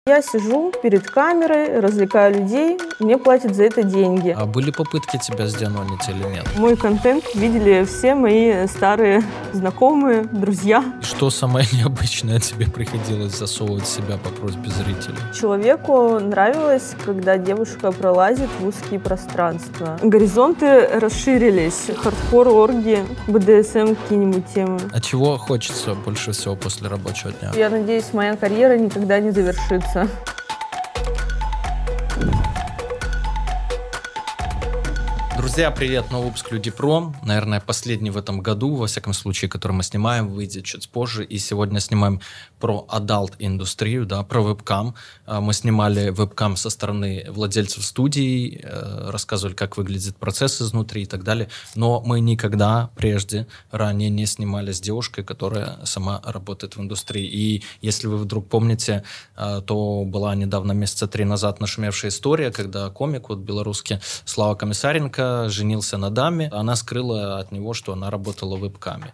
Я сижу перед камерой, развлекаю людей, мне платят за это деньги. А были попытки тебя сденонить или нет? Мой контент видели все мои старые знакомые, друзья. И что самое необычное тебе приходилось засовывать в себя по просьбе зрителей? Человеку нравилось, когда девушка пролазит в узкие пространства. Горизонты расширились. Хардкор, орги, БДСМ, какие-нибудь темы. А чего хочется больше всего после рабочего дня? Я надеюсь, моя карьера никогда не завершится. Друзья, привет! Новый выпуск Люди Про. Наверное, последний в этом году, во всяком случае, который мы снимаем, выйдет чуть позже. И сегодня снимаем про адалт-индустрию, да, про вебкам. Мы снимали вебкам со стороны владельцев студий, рассказывали, как выглядит процесс изнутри и так далее. Но мы никогда прежде, ранее не снимали с девушкой, которая сама работает в индустрии. И если вы вдруг помните, то была недавно, месяца 3 назад, нашумевшая история, когда комик, вот белорусский, Слава Комиссаренко, женился на даме, она скрыла от него, что она работала вебками.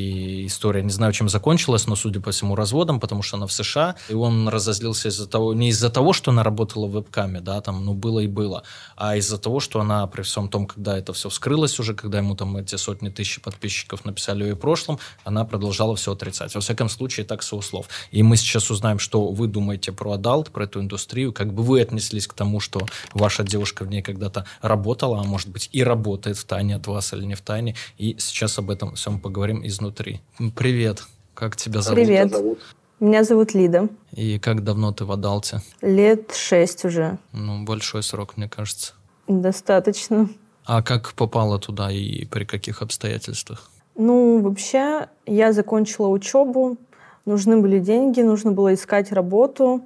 И история, не знаю, чем закончилась, но, судя по всему, разводом, потому что она в США, и он разозлился не из-за того, что она работала вебками, да, там, ну, было и было, а из-за того, что она, при всем том, когда это все вскрылось уже, когда ему там эти сотни тысяч подписчиков написали о ее прошлом, она продолжала все отрицать. Во всяком случае, так, со слов. И мы сейчас узнаем, что вы думаете про адалт, про эту индустрию, как бы вы отнеслись к тому, что ваша девушка в ней когда-то работала, а может быть и работает в тайне от вас или не в тайне. И сейчас об этом всем поговорим изнутри. Привет. Как тебя зовут? Привет. Меня зовут Лида. И как давно ты в адалте? Лет 6 уже. Ну, большой срок, мне кажется. Достаточно. А как попала туда и при каких обстоятельствах? Ну, вообще, я закончила учебу, нужны были деньги, нужно было искать работу.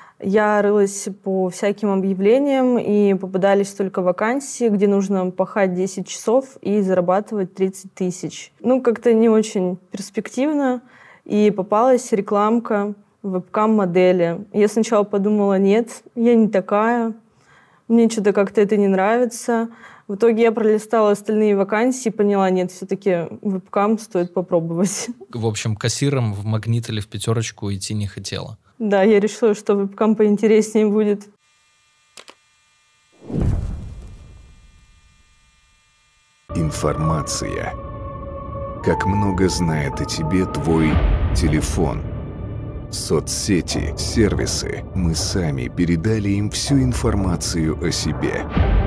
Я рылась по всяким объявлениям, и попадались только вакансии, где нужно пахать 10 часов и зарабатывать 30 тысяч. Ну, как-то не очень перспективно. И попалась рекламка вебкам-модели. Я сначала подумала, нет, я не такая, мне что-то как-то это не нравится. В итоге я пролистала остальные вакансии и поняла, нет, все-таки вебкам стоит попробовать. В общем, кассиром в Магнит или в Пятерочку идти не хотела. Да, я решила, что вебкам поинтереснее будет. Информация. Как много знает о тебе твой телефон. Соцсети, сервисы. Мы сами передали им всю информацию о себе.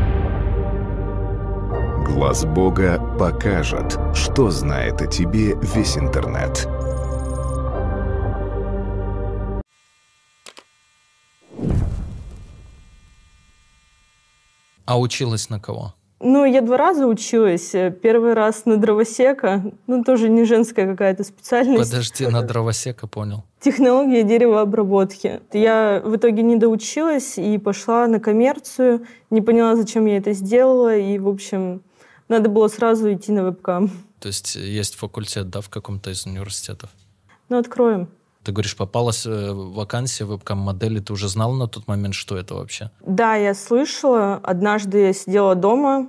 Глаз Бога покажет, что знает о тебе весь интернет. А училась на кого? Ну, я 2 раза училась. Первый раз на дровосека. Ну, тоже не женская какая-то специальность. Подожди, на дровосека, понял. Технология деревообработки. Я в итоге не доучилась и пошла на коммерцию. Не поняла, зачем я это сделала. И, в общем, надо было сразу идти на вебкам. То есть есть факультет, да, в каком-то из университетов? Ну, откроем. Ты говоришь, попалась вакансия вебкам-модели. Ты уже знала на тот момент, что это вообще? Да, я слышала. Однажды я сидела дома,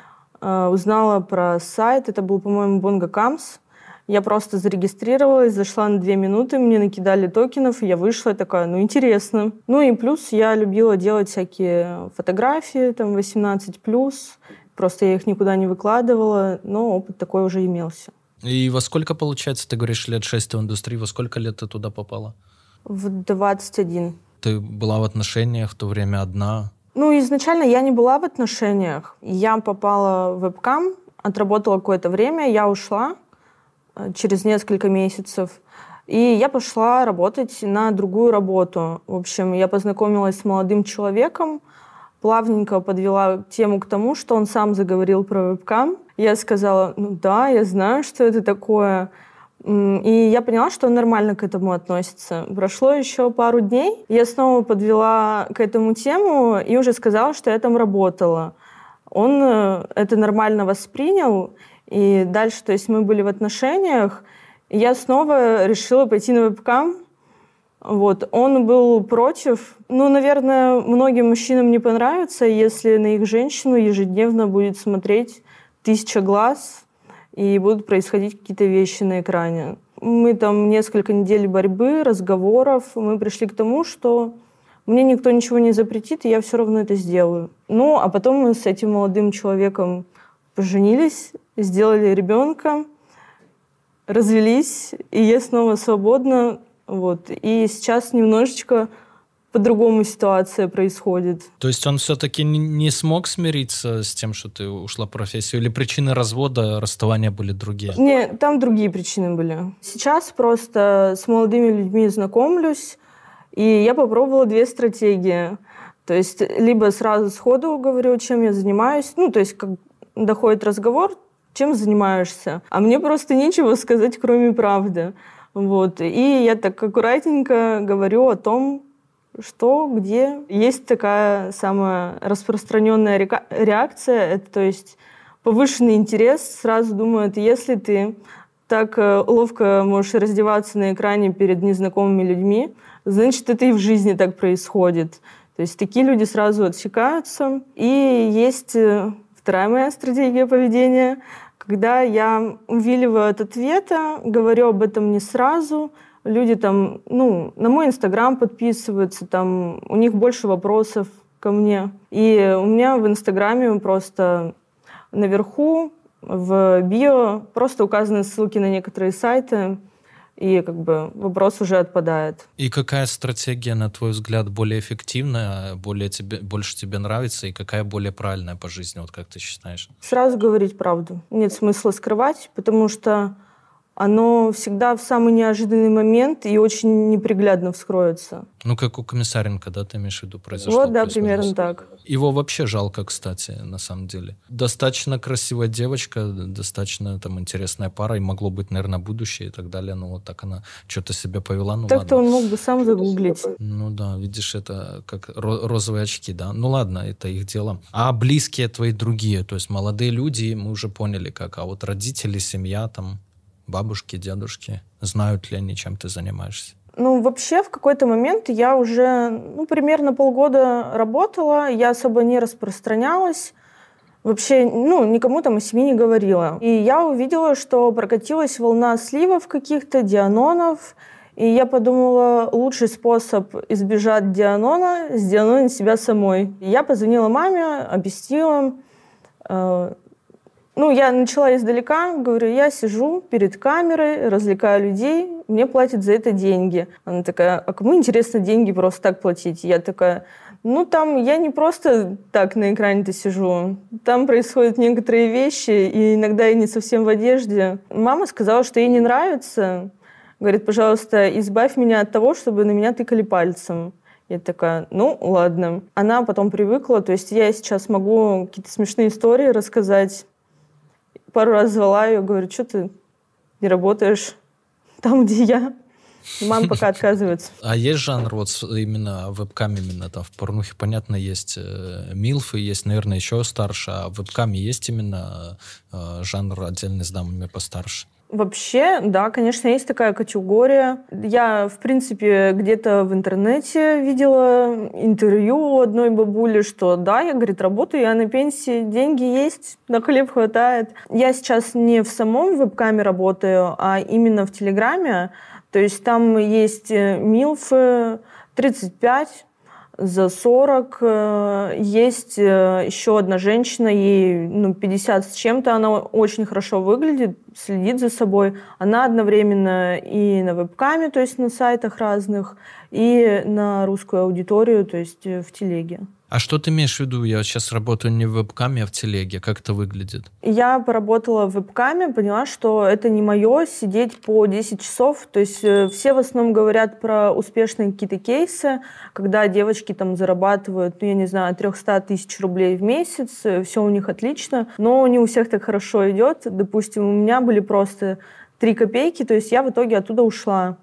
узнала про сайт. Это был, по-моему, Bongacams. Я просто зарегистрировалась, зашла на 2 минуты, мне накидали токенов, и я вышла, и такая, ну, интересно. Ну и плюс я любила делать всякие фотографии, там, 18+. Просто я их никуда не выкладывала, но опыт такой уже имелся. И во сколько, получается, ты говоришь, лет 6 в индустрии, во сколько лет ты туда попала? В 21. Ты была в отношениях в то время одна? Ну, изначально я не была в отношениях. Я попала в вебкам, отработала какое-то время, я ушла через несколько месяцев. И я пошла работать на другую работу. В общем, я познакомилась с молодым человеком, плавненько подвела тему к тому, что он сам заговорил про вебкам. Я сказала, ну да, я знаю, что это такое. И я поняла, что он нормально к этому относится. Прошло еще пару дней, я снова подвела к этому тему и уже сказала, что я там работала. Он это нормально воспринял, и дальше, то есть мы были в отношениях, и я снова решила пойти на вебкам. Вот. Он был против. Ну, наверное, многим мужчинам не понравится, если на их женщину ежедневно будет смотреть 1000 глаз, и будут происходить какие-то вещи на экране. Мы там несколько недель борьбы, разговоров, мы пришли к тому, что мне никто ничего не запретит, и я все равно это сделаю. Ну, а потом мы с этим молодым человеком поженились, сделали ребенка, развелись, и я снова свободна. Вот. И сейчас немножечко по-другому ситуация происходит. То есть он все-таки не смог смириться с тем, что ты ушла в профессию? Или причины развода, расставания были другие? Не, там другие причины были. Сейчас просто с молодыми людьми знакомлюсь, и я попробовала 2 стратегии. То есть либо сразу сходу говорю, чем я занимаюсь, ну, то есть как доходит разговор, чем занимаешься. А мне просто нечего сказать, кроме правды. Вот. И я так аккуратненько говорю о том, что, где. Есть такая самая распространенная реакция, это, то есть повышенный интерес. Сразу думают, если ты так ловко можешь раздеваться на экране перед незнакомыми людьми, значит, это и в жизни так происходит. То есть такие люди сразу отсекаются. И есть вторая моя стратегия поведения, когда я увиливаю от ответа, говорю об этом не сразу. Люди там, ну, на мой Инстаграм подписываются, там, у них больше вопросов ко мне. И у меня в Инстаграме просто наверху в био просто указаны ссылки на некоторые сайты, и как бы вопрос уже отпадает. И какая стратегия, на твой взгляд, более эффективная, больше тебе нравится, и какая более правильная по жизни, вот как ты считаешь? Сразу говорить правду. Нет смысла скрывать, потому что оно всегда в самый неожиданный момент и очень неприглядно вскроется. Ну, как у Комиссаренко, да, ты имеешь в виду, произошло? Вот, да, примерно так. Его вообще жалко, кстати, на самом деле. Достаточно красивая девочка, достаточно там интересная пара, и могло быть, наверное, будущее и так далее, но вот так она что-то себя повела, ну Так-то ладно. он мог бы сам загуглить. Ну да, видишь, это как розовые очки, да. Ну ладно, это их дело. А близкие твои другие, то есть молодые люди, мы уже поняли как, а вот родители, семья там... Бабушки, дедушки, знают ли они, чем ты занимаешься? Ну, вообще, в какой-то момент я уже, примерно полгода работала, я особо не распространялась, вообще, никому там о себе не говорила. И я увидела, что прокатилась волна сливов каких-то, дианонов, и я подумала, лучший способ избежать дианона — сдианонить себя самой. И я позвонила маме, объяснила. Я начала издалека, говорю, я сижу перед камерой, развлекаю людей, мне платят за это деньги. Она такая, а кому интересно деньги просто так платить? Я такая, там я не просто так на экране-то сижу, там происходят некоторые вещи, и иногда я не совсем в одежде. Мама сказала, что ей не нравится. Говорит, пожалуйста, избавь меня от того, чтобы на меня тыкали пальцем. Я такая, ладно. Она потом привыкла, то есть я сейчас могу какие-то смешные истории рассказать. Пару раз звала ее, говорю, что ты не работаешь там, где я? И мама пока отказывается. А есть жанр вот именно в вебкаме, именно там в порнухе, понятно, есть милфы, есть, наверное, еще старше, а в вебкаме есть именно жанр отдельный с дамами постарше? Вообще, да, конечно, есть такая категория. Я, в принципе, где-то в интернете видела интервью у одной бабули, что да, я, говорит, работаю, я на пенсии, деньги есть, на хлеб хватает. Я сейчас не в самом вебкаме работаю, а именно в Телеграме. То есть там есть милфы 35, за 40. Есть еще одна женщина, ей 50 с чем-то, она очень хорошо выглядит, следит за собой. Она одновременно и на вебкаме, то есть на сайтах разных, и на русскую аудиторию, то есть в телеге. А что ты имеешь в виду? Я сейчас работаю не в вебкаме, а в телеге. Как это выглядит? Я поработала в вебкаме, поняла, что это не мое, сидеть по 10 часов. То есть все в основном говорят про успешные какие-то кейсы, когда девочки там зарабатывают, я не знаю, 300 тысяч рублей в месяц, все у них отлично, но не у всех так хорошо идет. Допустим, у меня были просто 3 копейки, то есть я в итоге оттуда ушла.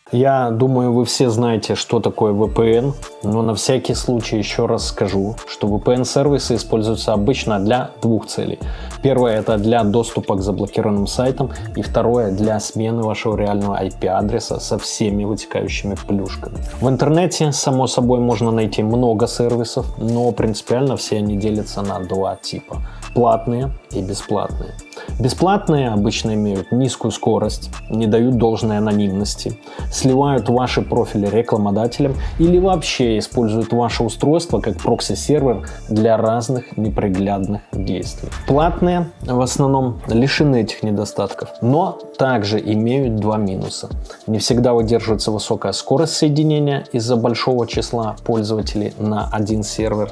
Я думаю, вы все знаете, что такое VPN, но на всякий случай еще раз скажу, что VPN-сервисы используются обычно для двух целей. Первое – это для доступа к заблокированным сайтам, и второе – для смены вашего реального IP-адреса со всеми вытекающими плюшками. В интернете, само собой, можно найти много сервисов, но принципиально все они делятся на два типа – платные и бесплатные. Бесплатные обычно имеют низкую скорость, не дают должной анонимности, сливают ваши профили рекламодателям или вообще используют ваше устройство как прокси-сервер для разных неприглядных действий. Платные в основном лишены этих недостатков, но также имеют два минуса. Не всегда выдерживается высокая скорость соединения из-за большого числа пользователей на один сервер,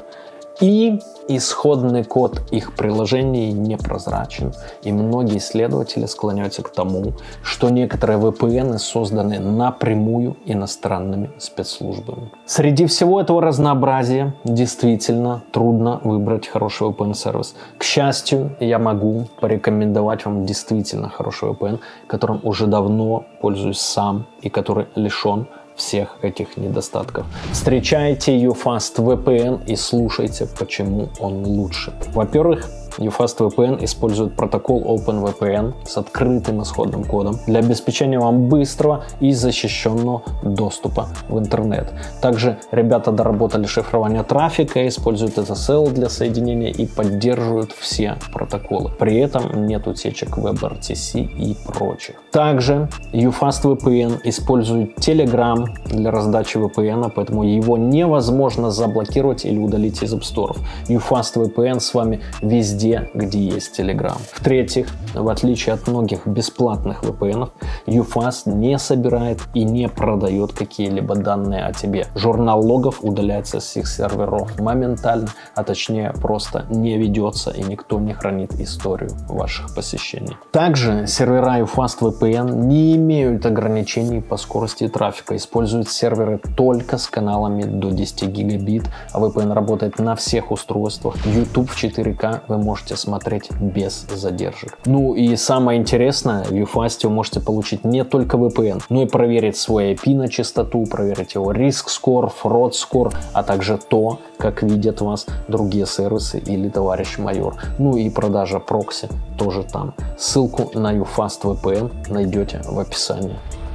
и исходный код их приложений непрозрачен, и многие исследователи склоняются к тому, что некоторые VPN созданы напрямую иностранными спецслужбами. Среди всего этого разнообразия действительно трудно выбрать хороший VPN-сервис. К счастью, я могу порекомендовать вам действительно хороший VPN, которым уже давно пользуюсь сам и который лишен всех этих недостатков. Встречайте UFast VPN и слушайте, почему он лучше. Во-первых, UFast VPN использует протокол OpenVPN с открытым исходным кодом для обеспечения вам быстрого и защищенного доступа в интернет. Также ребята доработали шифрование трафика, используют SSL для соединения и поддерживают все протоколы. При этом нет утечек WebRTC и прочих. Также UFast VPN использует Telegram для раздачи VPN, поэтому его невозможно заблокировать или удалить из App Store. UFast VPN с вами везде, где есть Telegram. В-третьих, в отличие от многих бесплатных VPN, UFast не собирает и не продает какие-либо данные о тебе. Журнал логов удаляется с их серверов моментально, а точнее просто не ведется, и никто не хранит историю ваших посещений. Также сервера UFast VPN не имеют ограничений по скорости трафика, используют серверы только с каналами до 10 гигабит, а VPN работает на всех устройствах. YouTube в 4К вы можете смотреть без задержек. Ну и самое интересное, в UFast вы можете получить не только VPN, но и проверить свой IP на чистоту, проверить его Risk Score, Fraud Score, а также то, как видят вас другие сервисы или товарищ майор. Ну и продажа прокси тоже там. Ссылку на UFast VPN найдете в описании.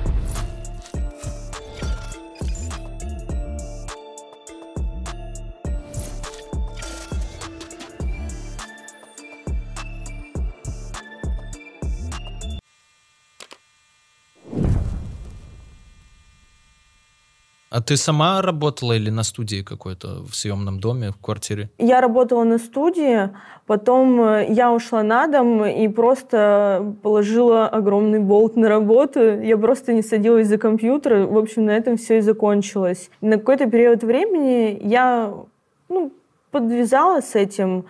А ты сама работала или на студии какой-то, в съемном доме, в квартире? Я работала на студии, потом я ушла на дом и просто положила огромный болт на работу. Я просто не садилась за компьютер. В общем, на этом все и закончилось. На какой-то период времени я подвязала с этим,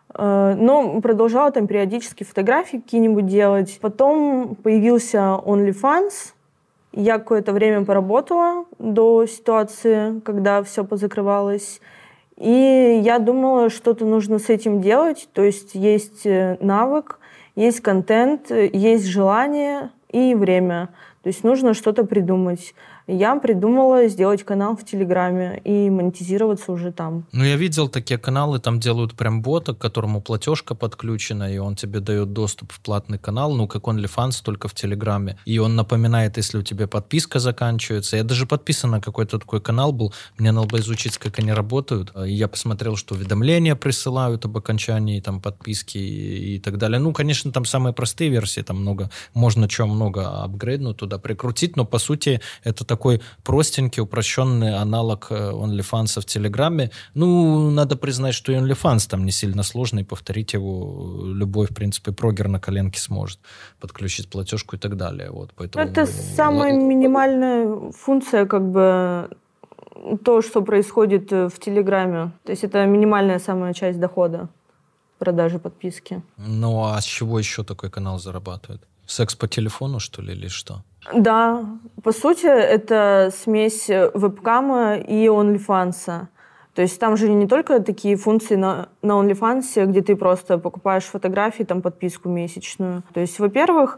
но продолжала там периодически фотографии какие-нибудь делать. Потом появился OnlyFans. Я какое-то время поработала до ситуации, когда все позакрывалось. И я думала, что-то нужно с этим делать. То есть навык, есть контент, есть желание и время. То есть нужно что-то придумать. Я придумала сделать канал в Телеграме и монетизироваться уже там. Ну, я видел такие каналы, там делают прям бота, к которому платежка подключена, и он тебе дает доступ в платный канал, ну, как OnlyFans, только в Телеграме. И он напоминает, если у тебя подписка заканчивается. Я даже подписан на какой-то такой канал был, мне надо было изучить, как они работают. И я посмотрел, что уведомления присылают об окончании там подписки и так далее. Ну, конечно, там самые простые версии, там можно много апгрейднуть туда прикрутить, но, по сути, это такой простенький, упрощенный аналог OnlyFans в Телеграме. Ну, надо признать, что и OnlyFans там не сильно сложный, повторить его любой, в принципе, прогер на коленке сможет подключить платежку и так далее. Вот, поэтому... Это самая минимальная функция, как бы, то, что происходит в Телеграме. То есть это минимальная самая часть дохода продажи подписки. Ну, а с чего еще такой канал зарабатывает? Секс по телефону, что ли, или что? Да, по сути, это смесь вебкама и OnlyFans. То есть там же не только такие функции на OnlyFans, где ты просто покупаешь фотографии, там подписку месячную. То есть, во-первых,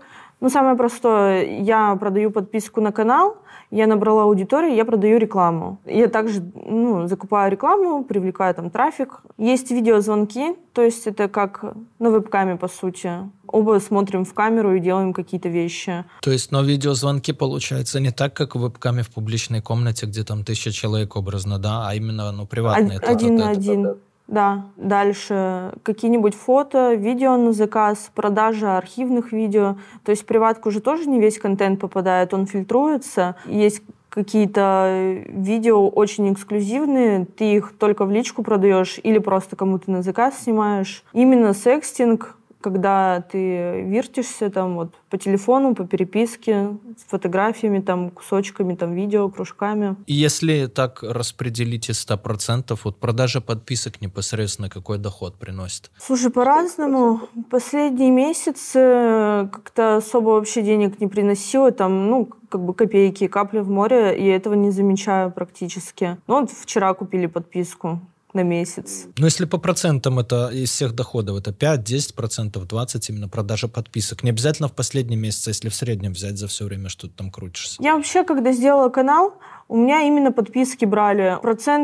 Ну, самое простое, я продаю подписку на канал, я набрала аудиторию, я продаю рекламу. Я также закупаю рекламу, привлекаю там трафик. Есть видеозвонки, то есть это как на веб-каме, по сути. Оба смотрим в камеру и делаем какие-то вещи. То есть, но видеозвонки, получается, не так, как в веб-каме в публичной комнате, где там 1000 человек образно, да, а именно приватные. Один на один. Да. Дальше какие-нибудь фото, видео на заказ, продажа архивных видео. То есть в приватку же тоже не весь контент попадает, он фильтруется. Есть какие-то видео очень эксклюзивные, ты их только в личку продаешь или просто кому-то на заказ снимаешь. Именно секстинг, когда ты вертишься там вот по телефону, по переписке, с фотографиями, там, кусочками, там, видео, кружками. И если так распределить из 100%, вот продажа подписок непосредственно какой доход приносит? Слушай, по-разному. Последние месяцы как-то особо вообще денег не приносило, там, копейки, капли в море, и этого не замечаю практически. Вот вчера купили подписку на месяц. Но если по процентам это из всех доходов, это 5, 10%, 20% именно продажа подписок. Не обязательно в последний месяц, если в среднем взять за все время, что ты там крутишься. Я вообще, когда сделала канал, у меня именно подписки брали.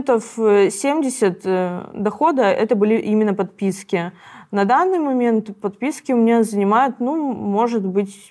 70% дохода это были именно подписки. На данный момент подписки у меня занимают, может быть,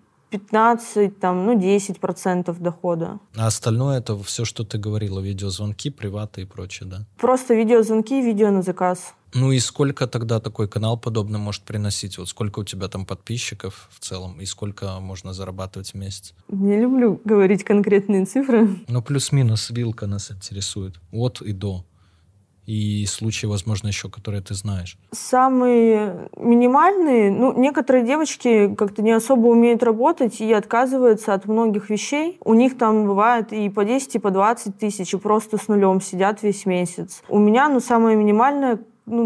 15, 10% дохода. А остальное это все, что ты говорила, видеозвонки, приваты и прочее, да? Просто видеозвонки, видео на заказ. Ну и сколько тогда такой канал подобный может приносить? Вот сколько у тебя там подписчиков в целом и сколько можно зарабатывать в месяц? Не люблю говорить конкретные цифры. Плюс-минус вилка нас интересует. От и до. И случаи, возможно, еще, которые ты знаешь. Самые минимальные, некоторые девочки как-то не особо умеют работать и отказываются от многих вещей. У них там бывает и по 10, и по 20 тысяч, и просто с нулем сидят весь месяц. У меня, самое минимальное,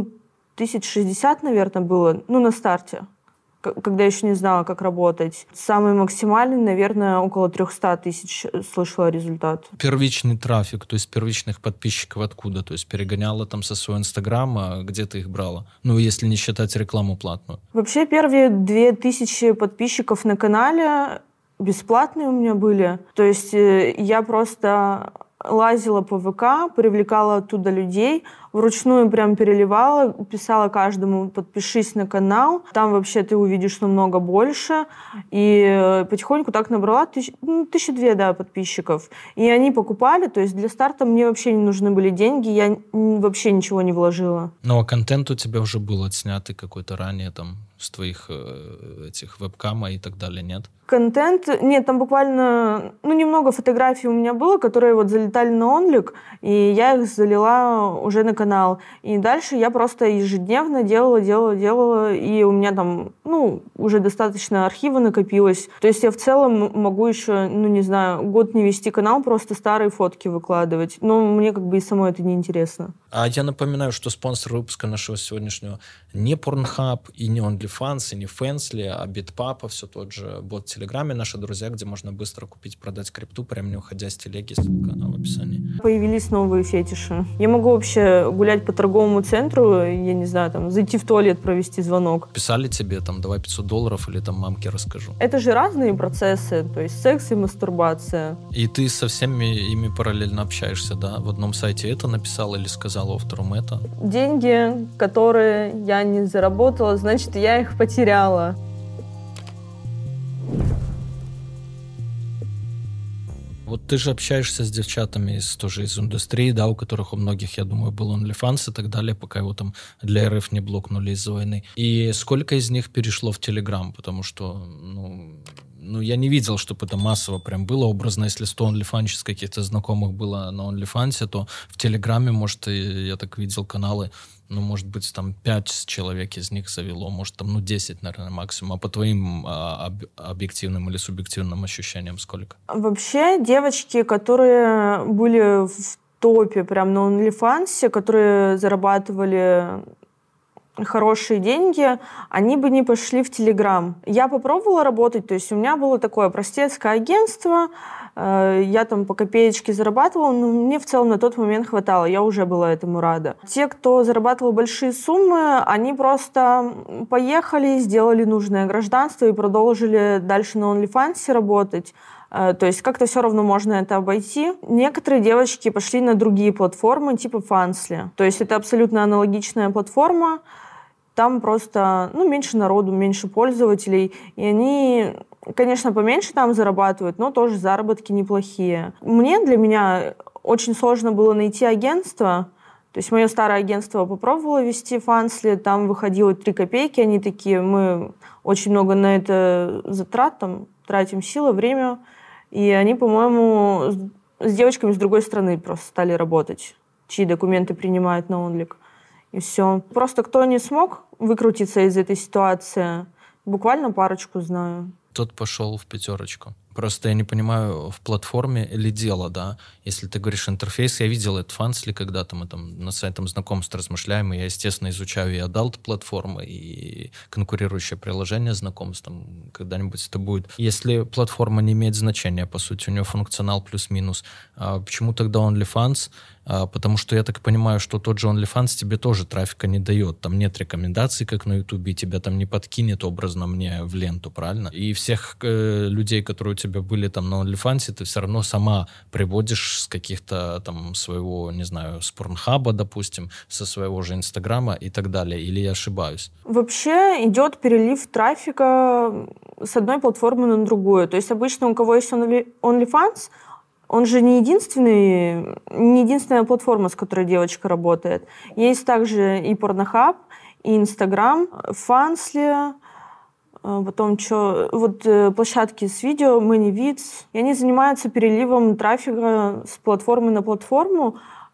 1060, наверное, было, на старте, когда еще не знала, как работать. Самый максимальный, наверное, около 300 тысяч слышала результат. Первичный трафик, то есть первичных подписчиков откуда? То есть перегоняла там со своего Инстаграма, где ты их брала? Если не считать рекламу платную. Вообще первые 2000 подписчиков на канале бесплатные у меня были. То есть я просто лазила по ВК, привлекала оттуда людей, вручную прям переливала, писала каждому: подпишись на канал, там вообще ты увидишь намного больше. И потихоньку так набрала 1002 подписчиков. И они покупали, то есть для старта мне вообще не нужны были деньги, я вообще ничего не вложила. А контент у тебя уже был отснятый какой-то ранее там с твоих этих веб-кама и так далее, нет? Контент? Нет, там буквально, немного фотографий у меня было, которые вот залетали на онлик, и я их залила уже на канал. И дальше я просто ежедневно делала, и у меня там, уже достаточно архива накопилось. То есть я в целом могу еще, год не вести канал, просто старые фотки выкладывать. Но мне и самой это неинтересно. А я напоминаю, что спонсор выпуска нашего сегодняшнего не Pornhub и не OnlyFans, и не Fansly, а BitPapa, все тот же бот в Телеграме, наши друзья, где можно быстро купить, продать крипту, прямо не уходя с телеги, ссылка в описании. Появились новые фетиши. Я могу вообще гулять по торговому центру, я не знаю, там, зайти в туалет, провести звонок. Писали тебе, там, давай $500 или там мамке расскажу. Это же разные процессы, то есть секс и мастурбация. И ты со всеми ими параллельно общаешься, да? В одном сайте это написал или сказал, во втором это? Деньги, которые я не заработала, значит, я их потеряла. Вот ты же общаешься с девчатами тоже из индустрии, да, у которых у многих, я думаю, был OnlyFans и так далее, пока его там для РФ не блокнули из-за войны. И сколько из них перешло в Телеграм? Потому что, я не видел, чтобы это массово прям было. Образно, если 100 OnlyFans каких-то знакомых было на OnlyFans, то в Телеграме, может, я так видел каналы, может быть, там 5 человек из них завело, может, там, 10, наверное, максимум. А по твоим объективным или субъективным ощущениям сколько? Вообще, девочки, которые были в топе прям на OnlyFans, которые зарабатывали хорошие деньги, они бы не пошли в Телеграм. Я попробовала работать, то есть у меня было такое простецкое агентство, Я там по копеечке зарабатывала, но мне в целом на тот момент хватало, я уже была этому рада. Те, кто зарабатывал большие суммы, они просто поехали, сделали нужное гражданство и продолжили дальше на OnlyFans работать. То есть как-то все равно можно это обойти. Некоторые девочки пошли на другие платформы, типа Fansly. То есть это абсолютно аналогичная платформа. Там просто меньше народу, меньше пользователей. И они, конечно, поменьше там зарабатывают, но тоже заработки неплохие. Для меня очень сложно было найти агентство. То есть мое старое агентство попробовало вести Fansly, там выходило 3 копейки. Они такие, мы очень много на это затрат, тратим силы, время. И они, по-моему, с девочками с другой стороны просто стали работать, чьи документы принимают на онлик. И все. Просто кто не смог выкрутиться из этой ситуации, буквально парочку знаю. Тот пошел в 5. Просто я не понимаю, в платформе или дело, да? Если ты говоришь интерфейс, я видел это Fansly, когда-то мы там на сайтом знакомств размышляем, и я, естественно, изучаю и адалт-платформы, и конкурирующее приложение знакомств, там когда-нибудь это будет. Если платформа не имеет значения, по сути, у нее функционал плюс-минус, почему тогда OnlyFans? Потому что я так понимаю, что тот же OnlyFans тебе тоже трафика не дает. Там нет рекомендаций, как на Ютубе, тебя там не подкинет образно мне в ленту, правильно? И всех людей, которые у тебя были там на OnlyFans, ты все равно сама приводишь с каких-то там своего, не знаю, с Порнхаба, допустим, со своего же Инстаграма и так далее. Или я ошибаюсь? Вообще идет перелив трафика с одной платформы на другую. То есть обычно у кого есть OnlyFans, он же не единственная платформа, с которой девочка работает. Есть также и Pornhub, и Instagram, Fansly, потом площадки с видео, ManyVids. И они занимаются переливом трафика с платформы на платформу,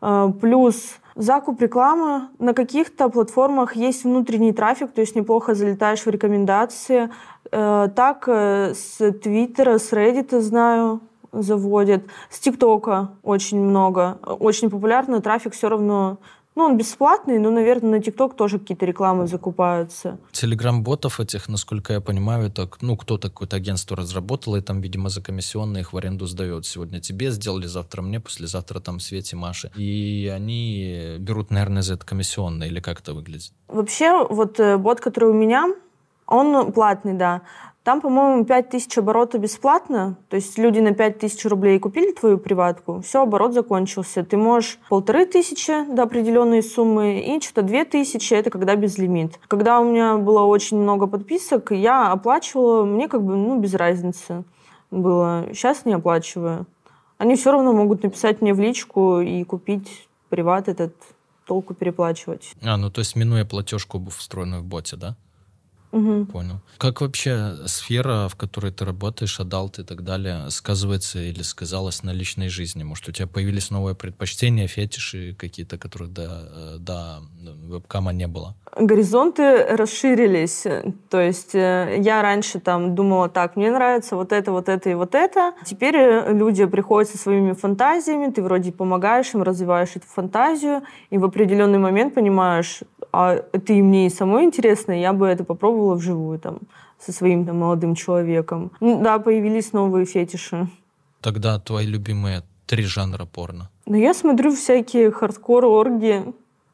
плюс закуп рекламы. На каких-то платформах есть внутренний трафик, то есть неплохо залетаешь в рекомендации. Так с Твиттера, с Reddit знаю, заводят. С ТикТока очень много. Очень популярно. Трафик все равно... он бесплатный, но, наверное, на ТикТок тоже какие-то рекламы закупаются. Телеграм-ботов этих, насколько я понимаю, это кто-то, какое-то агентство разработало, и там, видимо, за комиссионные их в аренду сдает. Сегодня тебе сделали, завтра мне, послезавтра там Свете, Маше. И они берут, наверное, за это комиссионные, или как это выглядит? Вообще, бот, который у меня, он платный, да. Там, по-моему, 5000 оборота бесплатно. То есть люди на 5000 рублей купили твою приватку, все, оборот закончился. Ты можешь 1500 до определенной суммы и что-то 2000, это когда безлимит. Когда у меня было очень много подписок, я оплачивала, мне без разницы было. Сейчас не оплачиваю. Они все равно могут написать мне в личку и купить приват этот, толку переплачивать. То есть минуя платежку, встроенную в боте, да? Угу. Понял. Как вообще сфера, в которой ты работаешь, адалт и так далее, сказывается или сказалась на личной жизни? Может, у тебя появились новые предпочтения, фетиши какие-то, которых до вебкама не было? Горизонты расширились. То есть я раньше думала, так, мне нравится вот это и вот это. Теперь люди приходят со своими фантазиями, ты вроде помогаешь им, развиваешь эту фантазию, и в определенный момент понимаешь, а это и мне и самой интересно, я бы это попробовала вживую со своим молодым человеком. Да, появились новые фетиши. Тогда твои любимые 3 жанра порно? Я смотрю всякие хардкор, орги,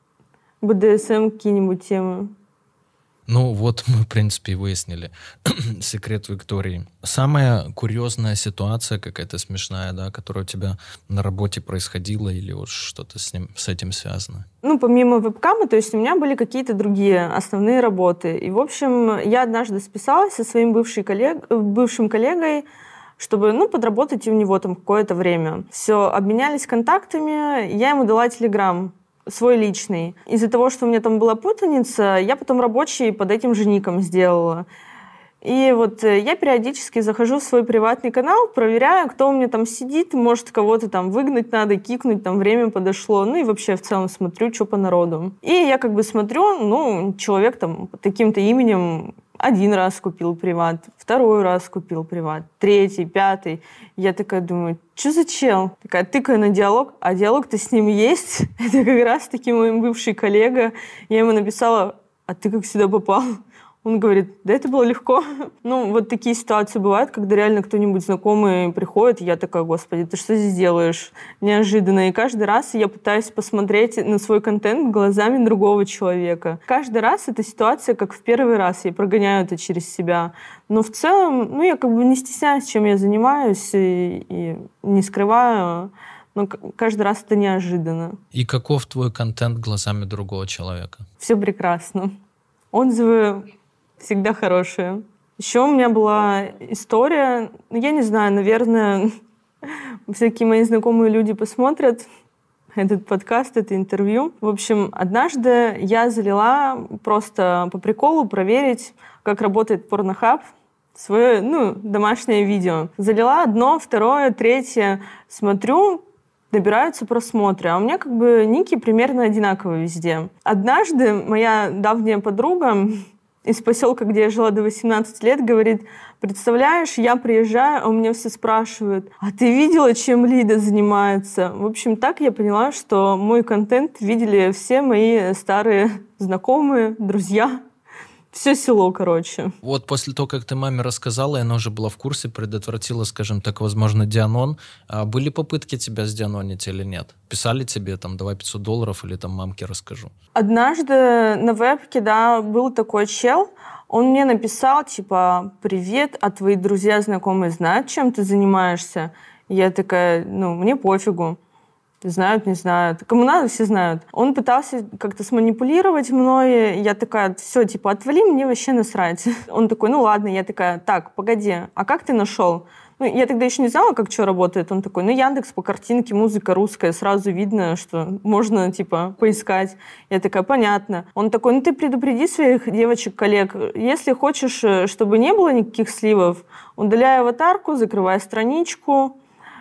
БДСМ, какие-нибудь темы. Мы, в принципе, и выяснили секрет Виктории. Самая курьезная ситуация какая-то смешная, да, которая у тебя на работе происходила или что-то с этим связано? Помимо вебкама, то есть у меня были какие-то другие основные работы. И, в общем, я однажды списалась со своим бывшим коллегой, чтобы, подработать и у него какое-то время. Все, обменялись контактами, я ему дала Telegram, свой личный. Из-за того, что у меня там была путаница, я потом рабочий под этим же ником сделала. И я периодически захожу в свой приватный канал, проверяю, кто у меня там сидит, может, кого-то выгнать надо, кикнуть, время подошло. И вообще в целом смотрю, что по народу. И я смотрю, человек под таким-то именем 1 раз купил приват, 2 раз купил приват, 3, 5. Я такая думаю, что за чел? Такая тыкаю на диалог, а диалог-то с ним есть. Это как раз-таки мой бывший коллега. Я ему написала, а ты как сюда попал? Он говорит, да это было легко. Ну, вот такие ситуации бывают, когда реально кто-нибудь знакомый приходит, и я такая, господи, ты что здесь делаешь? Неожиданно. И каждый раз я пытаюсь посмотреть на свой контент глазами другого человека. Каждый раз эта ситуация как в первый раз. Я прогоняю это через себя. Но в целом, ну, я как бы не стесняюсь, чем я занимаюсь, и не скрываю. Но каждый раз это неожиданно. И каков твой контент глазами другого человека? Все прекрасно. Отзывы всегда хорошие. Еще у меня была история, я не знаю, наверное, всякие мои знакомые люди посмотрят этот подкаст, это интервью. В общем, однажды я залила просто по приколу проверить, как работает Pornhub, свое, домашнее видео. Залила одно, второе, третье. Смотрю, набираются просмотры. А у меня как бы ники примерно одинаковые везде. Однажды моя давняя подруга из поселка, где я жила до 18 лет, говорит, представляешь, я приезжаю, а у меня все спрашивают, а ты видела, чем Лида занимается? В общем, так я поняла, что мой контент видели все мои старые знакомые, друзья. Все село, короче. Вот после того, как ты маме рассказала, и она уже была в курсе, предотвратила, скажем так, возможно, дианон. А были попытки тебя сдианонить или нет? Писали тебе, там, давай $500 или там мамке расскажу? Однажды на вебке, да, был такой чел, он мне написал, типа, привет, а твои друзья, знакомые знают, чем ты занимаешься? Я такая, мне пофигу. Знают, не знают. Кому надо, все знают. Он пытался как-то сманипулировать мной. Я такая, все, типа, отвали, мне вообще насрать. Он такой, ладно. Я такая, так, погоди, а как ты нашел? Я тогда еще не знала, как что работает. Он такой, Яндекс по картинке, музыка русская, сразу видно, что можно, типа, поискать. Я такая, понятно. Он такой, ты предупреди своих девочек-коллег. Если хочешь, чтобы не было никаких сливов, удаляй аватарку, закрывай страничку.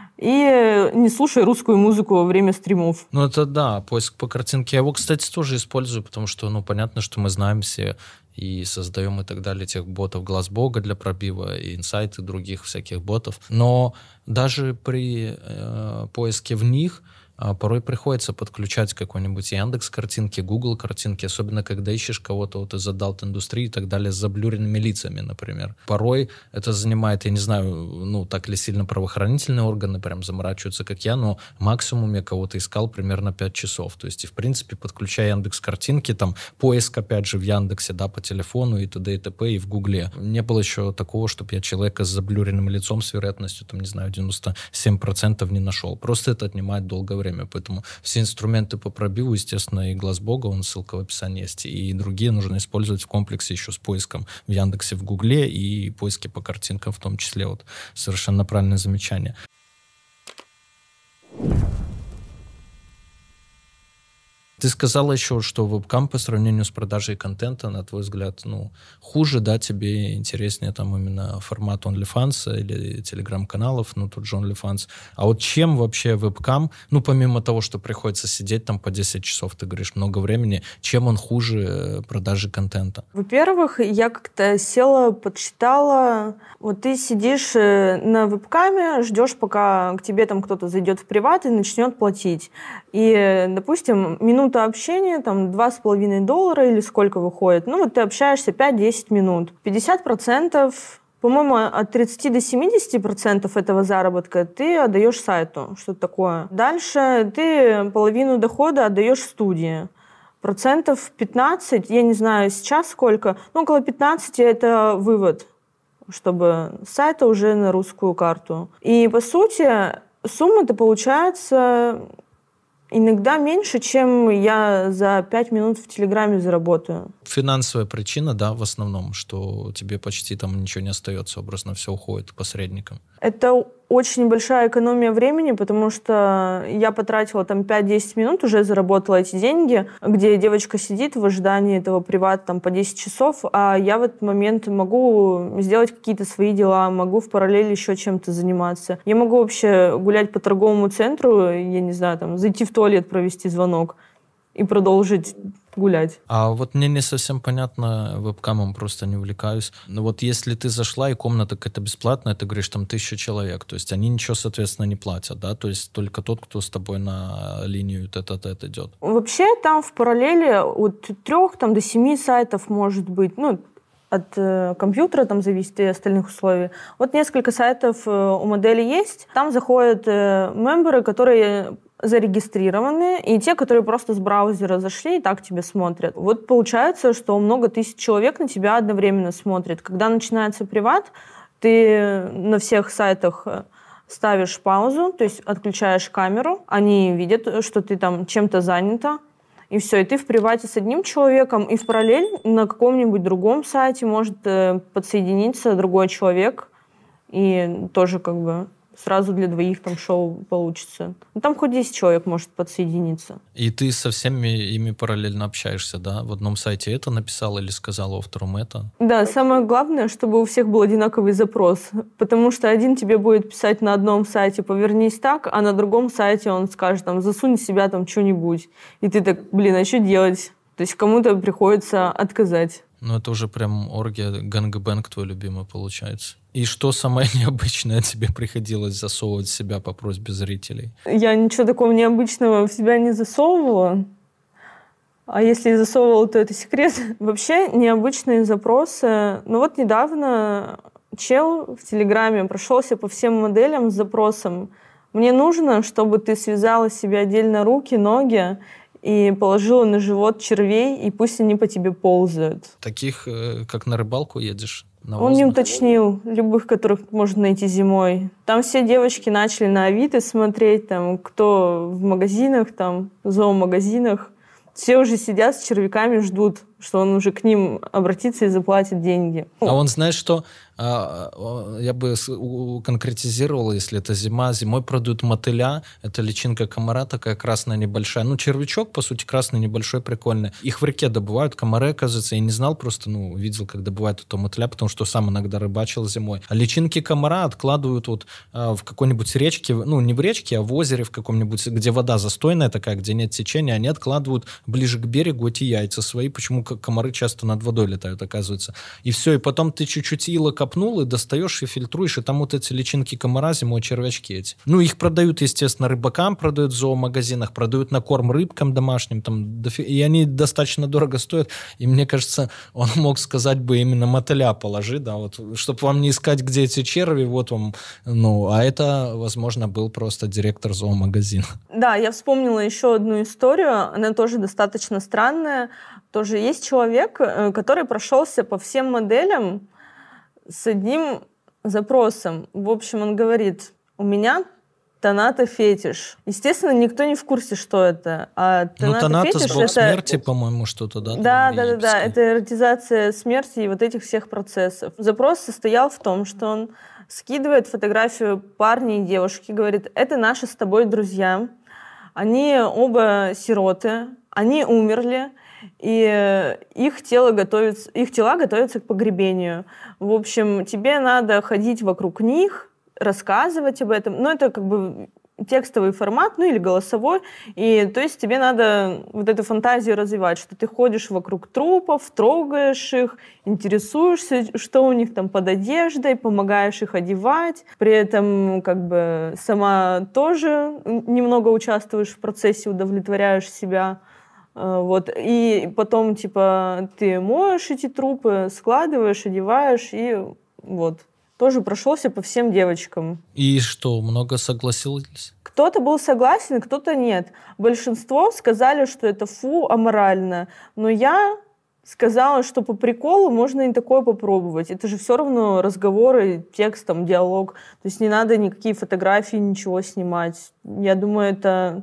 И не слушай русскую музыку во время стримов. Это да, поиск по картинке. Я его, кстати, тоже использую, потому что, понятно, что мы знаем все и создаем и так далее тех ботов Глаз Бога для пробива, и инсайты других всяких ботов. Но даже при поиске в них порой приходится подключать какой-нибудь Яндекс картинки, Google картинки, особенно когда ищешь кого-то вот из адалт-индустрии и так далее с заблюренными лицами, например. Порой это занимает, я не знаю, так ли сильно правоохранительные органы прям заморачиваются, как я, но максимум я кого-то искал примерно 5 часов. То есть, и в принципе, подключая Яндекс картинки, там, поиск, опять же, в Яндексе, да, по телефону и т.д. и т.п. и в Гугле. Не было еще такого, чтобы я человека с заблюренным лицом с вероятностью, там, не знаю, 97% не нашел. Просто это отнимает долгое время. Поэтому все инструменты по пробиву, естественно, и Глаз Бога, ссылка в описании есть, и другие нужно использовать в комплексе еще с поиском в Яндексе, в Гугле и поиски по картинкам в том числе. Вот совершенно правильное замечание. Ты сказала еще, что вебкам по сравнению с продажей контента, на твой взгляд, хуже, да, тебе интереснее там именно формат OnlyFans или телеграм-каналов, тот же OnlyFans. А вот чем вообще вебкам, помимо того, что приходится сидеть там по 10 часов, ты говоришь, много времени, чем он хуже продажи контента? Во-первых, я как-то села, подсчитала, вот ты сидишь на вебкаме, ждешь, пока к тебе там кто-то зайдет в приват и начнет платить. И, допустим, минута общения, там, $2,5 или сколько выходит. Ты общаешься 5-10 минут. 50%, по-моему, от 30 до 70% этого заработка ты отдаешь сайту, что-то такое. Дальше ты половину дохода отдаешь студии. 15%, я не знаю сейчас сколько, около 15% это вывод, чтобы с сайта уже на русскую карту. И, по сути, сумма-то получается иногда меньше, чем я за 5 минут в Телеграме заработаю. Финансовая причина, да, в основном, что тебе почти там ничего не остается, образно все уходит посредникам. Это очень большая экономия времени, потому что я потратила там 5-10 минут, уже заработала эти деньги, где девочка сидит в ожидании этого привата там по 10 часов, а я в этот момент могу сделать какие-то свои дела, могу в параллель еще чем-то заниматься. Я могу вообще гулять по торговому центру, я не знаю, там, зайти в туалет, провести звонок и продолжить гулять. А вот мне не совсем понятно, вебкамом просто не увлекаюсь. Но вот если ты зашла, и комната какая-то бесплатная, ты говоришь, там 1000 человек, то есть они ничего, соответственно, не платят, да? То есть только тот, кто с тобой на линию тет-а-тет идет. Вообще там в параллели от 3 до 7 сайтов может быть, от компьютера там зависит и остальных условий. Вот несколько сайтов у модели есть. Там заходят мемберы, которые зарегистрированы, и те, которые просто с браузера зашли и так тебя смотрят. Вот получается, что много тысяч человек на тебя одновременно смотрят. Когда начинается приват, ты на всех сайтах ставишь паузу, то есть отключаешь камеру, они видят, что ты там чем-то занята, и все, и ты в привате с одним человеком, и в параллель на каком-нибудь другом сайте может подсоединиться другой человек, и тоже как бы сразу для двоих там шоу получится. Ну, там хоть 10 человек может подсоединиться. И ты со всеми ими параллельно общаешься, да? В одном сайте это написал или сказал, во втором это? Да, самое главное, чтобы у всех был одинаковый запрос. Потому что один тебе будет писать на одном сайте «повернись так», а на другом сайте он скажет там «засунь в себя там что-нибудь». И ты так, а что делать? То есть кому-то приходится отказать. Ну, это уже прям оргия, гэнг-бэнг твой любимый получается. И что самое необычное тебе приходилось засовывать в себя по просьбе зрителей? Я ничего такого необычного в себя не засовывала. А если и засовывала, то это секрет. Вообще необычные запросы. Ну вот недавно чел в Телеграме прошелся по всем моделям с запросом: «Мне нужно, чтобы ты связала себе отдельно руки, ноги и положила на живот червей, и пусть они по тебе ползают». Таких, как на рыбалку едешь? Он не уточнил, любых, которых можно найти зимой. Там все девочки начали на Авито смотреть, там, кто в магазинах, там, в зоомагазинах. Все уже сидят с червяками, ждут, что он уже к ним обратится и заплатит деньги. А он, знаешь, что я бы конкретизировал, если это зима. Зимой продают мотыля. Это личинка комара такая красная, небольшая. Ну, червячок, по сути, красный, небольшой, прикольный. Их в реке добывают. Комары, оказывается, я не знал просто, видел, как добывают этого мотыля, потому что сам иногда рыбачил зимой. А личинки комара откладывают вот в какой-нибудь речке, ну, не в речке, а в озере в каком-нибудь, где вода застойная такая, где нет течения, они откладывают ближе к берегу эти яйца свои. Почему комары часто над водой летают, оказывается. И все, и потом ты чуть-чуть ила копнул, и достаешь, и фильтруешь, и там вот эти личинки комара зимой, червячки эти. Ну, их продают, естественно, рыбакам, продают в зоомагазинах, продают на корм рыбкам домашним, там, и они достаточно дорого стоят. И мне кажется, он мог сказать бы именно мотыля положи, да, вот, чтобы вам не искать, где эти черви, вот вам, а это, возможно, был просто директор зоомагазина. Да, я вспомнила еще одну историю, она тоже достаточно странная. Тоже есть человек, который прошелся по всем моделям с одним запросом. В общем, он говорит: у меня тонато-фетиш. Естественно, никто не в курсе, что это. А тонато-фетиш — бог смерти, по-моему, что-то, да? Да. Это эротизация смерти и вот этих всех процессов. Запрос состоял в том, что он скидывает фотографию парня и девушки, говорит: это наши с тобой друзья. Они оба сироты, они умерли, и их тела готовятся к погребению. В общем, тебе надо ходить вокруг них, рассказывать об этом. Ну, это как бы текстовый формат, или голосовой. И то есть тебе надо вот эту фантазию развивать, что ты ходишь вокруг трупов, трогаешь их, интересуешься, что у них там под одеждой, помогаешь их одевать. При этом как бы сама тоже немного участвуешь в процессе, удовлетворяешь себя. Вот. И потом, ты моешь эти трупы, складываешь, одеваешь, и вот. Тоже прошелся по всем девочкам. И что, много согласились? Кто-то был согласен, кто-то нет. Большинство сказали, что это аморально. Но я сказала, что по приколу можно и такое попробовать. Это же все равно разговоры, текст, диалог. То есть не надо никакие фотографии, ничего снимать. Я думаю, это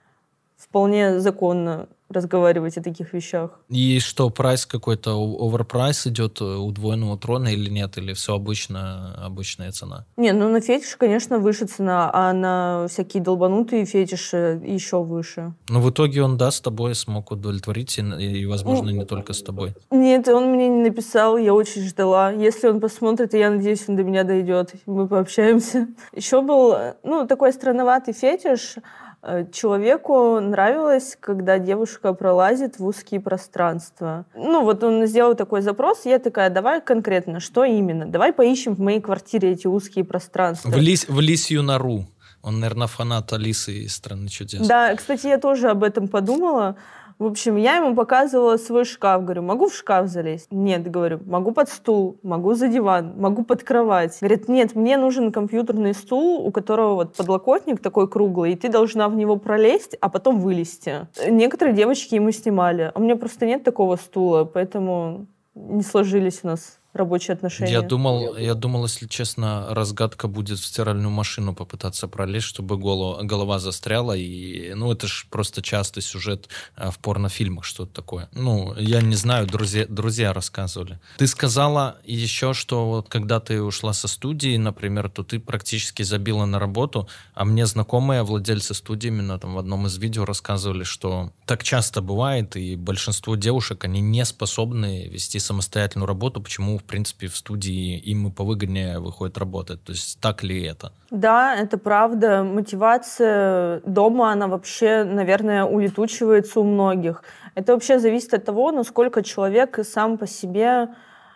вполне законно разговаривать о таких вещах. И что, прайс какой-то, оверпрайс идет у двойного трона или нет? Или все обычная цена? Не, на фетиш, конечно, выше цена, а на всякие долбанутые фетиши еще выше. Но в итоге он, с тобой смог удовлетворить, и возможно, не только с тобой. Нет, он мне не написал, я очень ждала. Если он посмотрит, я надеюсь, он до меня дойдет, мы пообщаемся. Еще был, такой странноватый фетиш. Человеку нравилось, когда девушка пролазит в узкие пространства. Он сделал такой запрос, я такая: давай конкретно, что именно? Давай поищем в моей квартире эти узкие пространства. В лисью нору. Он, наверное, фанат Алисы из «Страны чудес». Да, кстати, я тоже об этом подумала. В общем, я ему показывала свой шкаф. Говорю, могу в шкаф залезть? Нет, говорю, могу под стул, могу за диван, могу под кровать. Говорит, нет, мне нужен компьютерный стул, у которого вот подлокотник такой круглый, и ты должна в него пролезть, а потом вылезти. Некоторые девочки ему снимали. А у меня просто нет такого стула, поэтому не сложились у нас рабочие отношения. Я думал, если честно, разгадка будет в стиральную машину попытаться пролезть, чтобы голова застряла. И, это ж просто частый сюжет в порнофильмах, что-то такое. Я не знаю, друзья рассказывали. Ты сказала еще, что вот когда ты ушла со студии, например, то ты практически забила на работу, а мне знакомые владельцы студии именно там в одном из видео рассказывали, что так часто бывает, и большинство девушек, они не способны вести самостоятельную работу. Почему в принципе, в студии им и повыгоднее выходит работать. То есть так ли это? Да, это правда. Мотивация дома, она вообще, наверное, улетучивается у многих. Это вообще зависит от того, насколько человек сам по себе,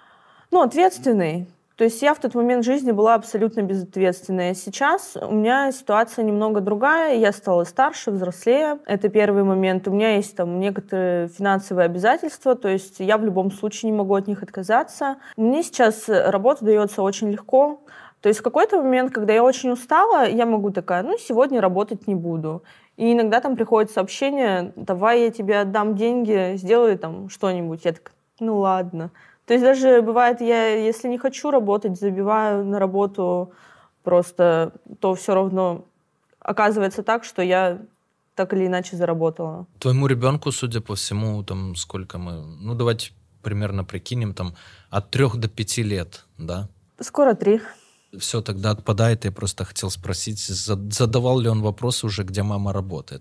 ответственный. То есть я в тот момент жизни была абсолютно безответственная. Сейчас у меня ситуация немного другая. Я стала старше, взрослее. Это первый момент. У меня есть там некоторые финансовые обязательства, то есть я в любом случае не могу от них отказаться. Мне сейчас работа дается очень легко. То есть в какой-то момент, когда я очень устала, я могу такая, сегодня работать не буду. И иногда там приходит сообщение, давай я тебе отдам деньги, сделай там что-нибудь. Я такая, ладно. То есть даже бывает, я, если не хочу работать, забиваю на работу просто, то все равно оказывается так, что я так или иначе заработала. Твоему ребенку, судя по всему, там сколько мы... давайте примерно прикинем, там от 3 до 5 лет, да? Скоро 3. Все, тогда отпадает. Я просто хотел спросить, задавал ли он вопрос уже, где мама работает?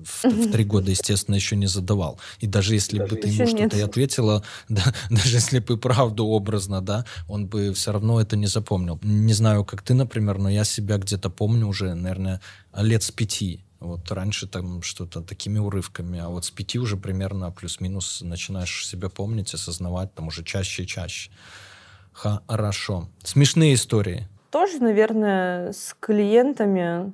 В 3 года, естественно, еще не задавал. И даже если бы ты ему что-то и ответила, даже если бы правду образно, да, он бы все равно это не запомнил. Не знаю, как ты, например, но я себя где-то помню уже, наверное, лет с 5. Вот раньше там что-то такими урывками, а вот с 5 уже примерно плюс-минус начинаешь себя помнить, осознавать там уже чаще и чаще. Хорошо. Смешные истории. Тоже, наверное, с клиентами,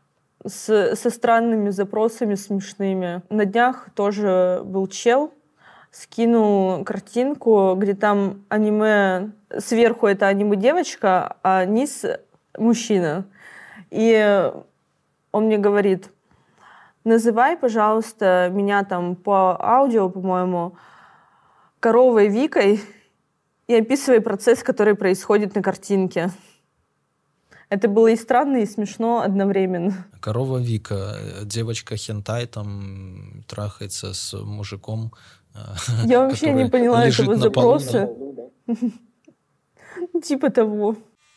со странными запросами смешными. На днях тоже был чел, скинул картинку, где там аниме, сверху это аниме-девочка, а низ мужчина. И он мне говорит, называй, пожалуйста, меня там по аудио, по-моему, коровой Викой, и описывай процесс, который происходит на картинке. Это было и странно, и смешно одновременно. Корова Вика, девочка хентай там трахается с мужиком. Я вообще не поняла этого запроса. Типа того.